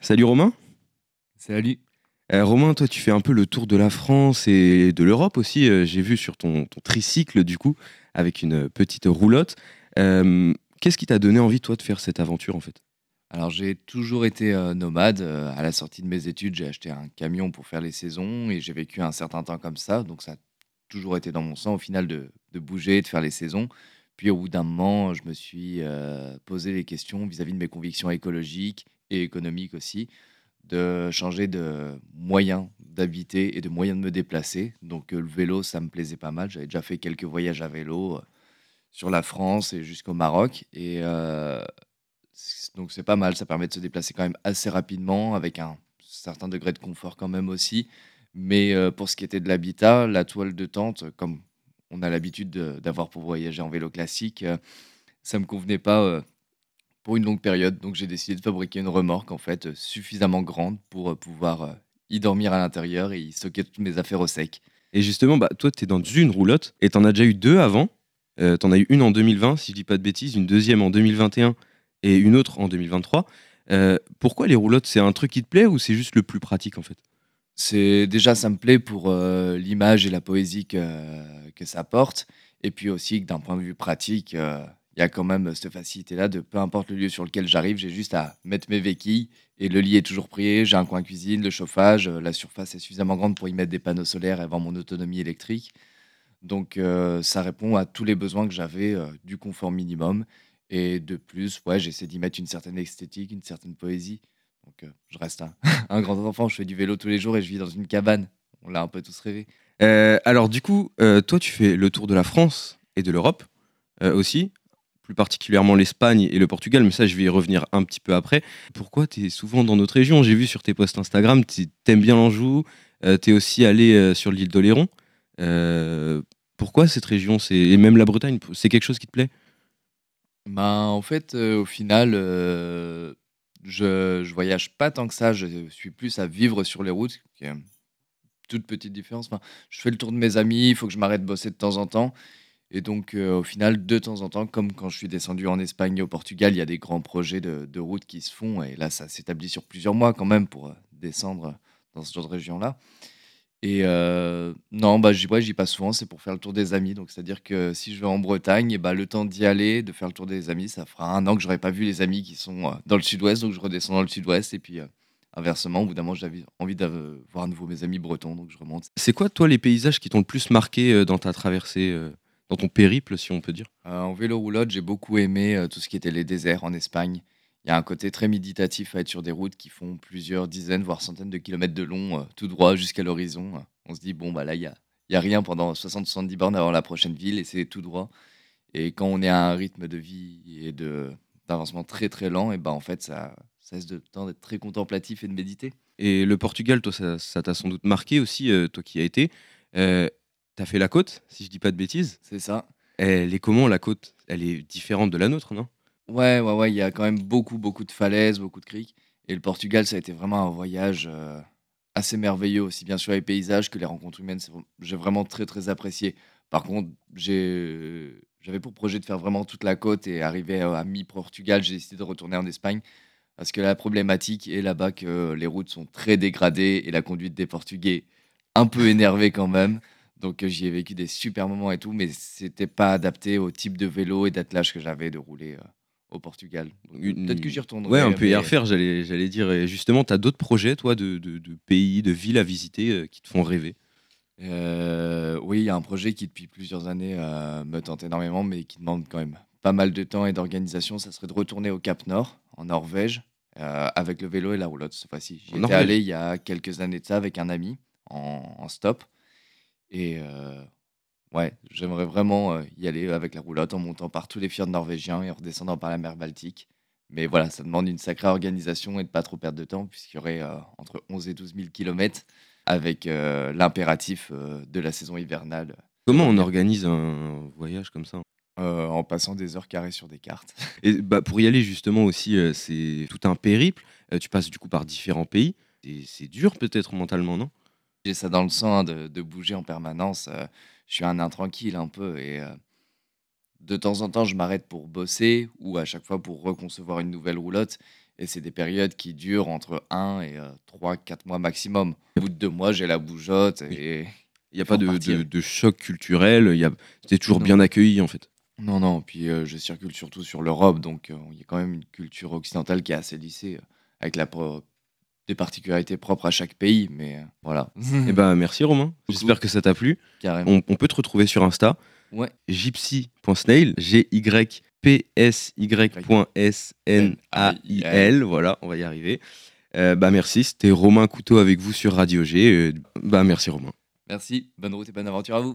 Salut Romain. Salut. Romain, toi tu fais un peu le tour de la France et de l'Europe aussi. J'ai vu sur ton tricycle du coup, avec une petite roulotte. Qu'est-ce qui t'a donné envie toi de faire cette aventure en fait? Alors j'ai toujours été nomade. À la sortie de mes études, j'ai acheté un camion pour faire les saisons et j'ai vécu un certain temps comme ça. Donc ça a toujours été dans mon sang au final de bouger, de faire les saisons. Puis au bout d'un moment, je me suis posé les questions vis-à-vis de mes convictions écologiques et économiques aussi, de changer de moyen d'habiter et de moyen de me déplacer. Donc le vélo, ça me plaisait pas mal. J'avais déjà fait quelques voyages à vélo sur la France et jusqu'au Maroc. Et donc c'est pas mal, ça permet de se déplacer quand même assez rapidement avec un certain degré de confort quand même aussi. Mais pour ce qui était de l'habitat, la toile de tente, comme on a l'habitude d'avoir pour voyager en vélo classique, ça me convenait pas pour une longue période. Donc j'ai décidé de fabriquer une remorque en fait suffisamment grande pour pouvoir y dormir à l'intérieur et y stocker toutes mes affaires au sec. Et justement, bah, toi tu es dans une roulotte et t'en as déjà eu deux avant. T'en as eu une en 2020 si je dis pas de bêtises, une deuxième en 2021 et une autre en 2023. Pourquoi les roulottes? C'est un truc qui te plaît ou c'est juste le plus pratique en fait? C'est déjà ça me plaît pour, l'image et la poésie que ça porte et puis aussi que d'un point de vue pratique, il y a quand même cette facilité-là de peu importe le lieu sur lequel j'arrive, j'ai juste à mettre mes béquilles et le lit est toujours prêt. J'ai un coin cuisine, le chauffage, la surface est suffisamment grande pour y mettre des panneaux solaires et avoir mon autonomie électrique. Donc ça répond à tous les besoins que j'avais, du confort minimum et de plus, ouais, j'essaie d'y mettre une certaine esthétique, une certaine poésie. Donc je reste un un grand enfant, je fais du vélo tous les jours et je vis dans une cabane. On l'a un peu tous rêvé. Alors du coup, toi tu fais le tour de la France et de l'Europe aussi, plus particulièrement l'Espagne et le Portugal, mais ça je vais y revenir un petit peu après. Pourquoi tu es souvent dans notre région? J'ai vu sur tes posts Instagram, t'aimes bien l'Anjou, tu es aussi allé sur l'île d'Oléron. Euh, Pourquoi cette région et même la Bretagne, c'est quelque chose qui te plaît? Ben, en fait, au final, je voyage pas tant que ça, je suis plus à vivre sur les routes, qui est une toute petite différence. Enfin, je fais le tour de mes amis, il faut que je m'arrête bosser de temps en temps. Et donc, au final, de temps en temps, comme quand je suis descendu en Espagne et au Portugal, il y a des grands projets de routes qui se font et là, ça s'établit sur plusieurs mois quand même pour, descendre dans ce genre de région-là et non, bah, j'y passe souvent, c'est pour faire le tour des amis. Donc c'est-à-dire que si je vais en Bretagne et bah, le temps d'y aller, de faire le tour des amis, ça fera un an que j'aurais pas vu les amis qui sont, dans le sud-ouest, donc je redescends dans le sud-ouest et puis, inversement, au bout d'un moment, j'avais envie de voir à nouveau mes amis bretons, donc je remonte. C'est quoi toi les paysages qui t'ont le plus marqué dans ta traversée, dans ton périple si on peut dire? En vélo roulotte, j'ai beaucoup aimé, tout ce qui était les déserts en Espagne. Il y a un côté très méditatif à être sur des routes qui font plusieurs dizaines, voire centaines de kilomètres de long, tout droit jusqu'à l'horizon. On se dit: «Bon, bah, là, il y a rien pendant 60-70 bornes avant la prochaine ville» et c'est tout droit et quand on est à un rythme de vie et d'avancement très, très lent et ben, en fait, ça laisse le temps d'être très contemplatif et de méditer. Et le Portugal, toi, ça t'a sans doute marqué aussi, toi qui y as été. Tu fait la côte, si je dis pas de bêtises. C'est ça. Elle est comment la côte? Elle est différente de la nôtre, non? Ouais, ouais, ouais, il y a quand même beaucoup, beaucoup de falaises, beaucoup de criques et le Portugal, ça a été vraiment un voyage, assez merveilleux, aussi bien sur les paysages que les rencontres humaines. J'ai vraiment très, très apprécié. Par contre, j'avais pour projet de faire vraiment toute la côte et arrivé à mi-Portugal, j'ai décidé de retourner en Espagne parce que la problématique est là-bas que les routes sont très dégradées et la conduite des Portugais un peu énervée quand même. Donc, j'y ai vécu des super moments et tout, mais c'était pas adapté au type de vélo et d'attelage que j'avais de rouler, au Portugal. Donc, peut-être que j'y Ouais, un retournerai, peu y mais refaire, j'allais dire. Et justement, tu as d'autres projets, toi, de pays, de villes à visiter qui te font rêver? oui, il y a un projet qui depuis plusieurs années, me tente énormément, mais qui demande quand même pas mal de temps et d'organisation. Ça serait de retourner au Cap Nord, en Norvège, avec le vélo et la roulotte cette fois-ci. J'y En étais allé Norvège? il y a quelques années de ça avec un ami en stop et ouais, j'aimerais vraiment, y aller avec la roulotte en montant par tous les fjords norvégiens et en redescendant par la mer Baltique. Mais voilà, ça demande une sacrée organisation et de pas trop perdre de temps puisqu'il y aurait, entre 11 et 12 000 kilomètres avec, l'impératif, de la saison hivernale, de Comment on revenir, organise un voyage comme ça? en passant des heures carrées sur des cartes. Et bah, pour y aller justement aussi, c'est tout un périple. Tu passes du coup par différents pays. Et c'est dur peut-être mentalement, non? J'ai ça dans le sang, hein, de bouger en permanence, je suis un intranquille un peu et de temps en temps, je m'arrête pour bosser ou à chaque fois pour reconcevoir une nouvelle roulotte Et c'est des périodes qui durent entre 1 et 3-4 mois maximum. Au bout de 2 mois, j'ai la bougeotte Oui. et Il n'y a faut pas de, repartir. de choc culturel, t'es toujours bien Non. accueilli en fait. Non, non, puis, je circule surtout sur l'Europe, donc il y a quand même une culture occidentale qui est assez lissée, avec des particularités propres à chaque pays, mais voilà. Eh ben, merci Romain, Beaucoup. j'espère que ça t'a plu. Carrément. On peut te retrouver sur Insta, Ouais. gypsy.snail, gypsy.snail, voilà, on va y arriver. Bah merci, c'était Romain Couteau avec vous sur Radio G. Bah merci Romain. Merci, bonne route et bonne aventure à vous.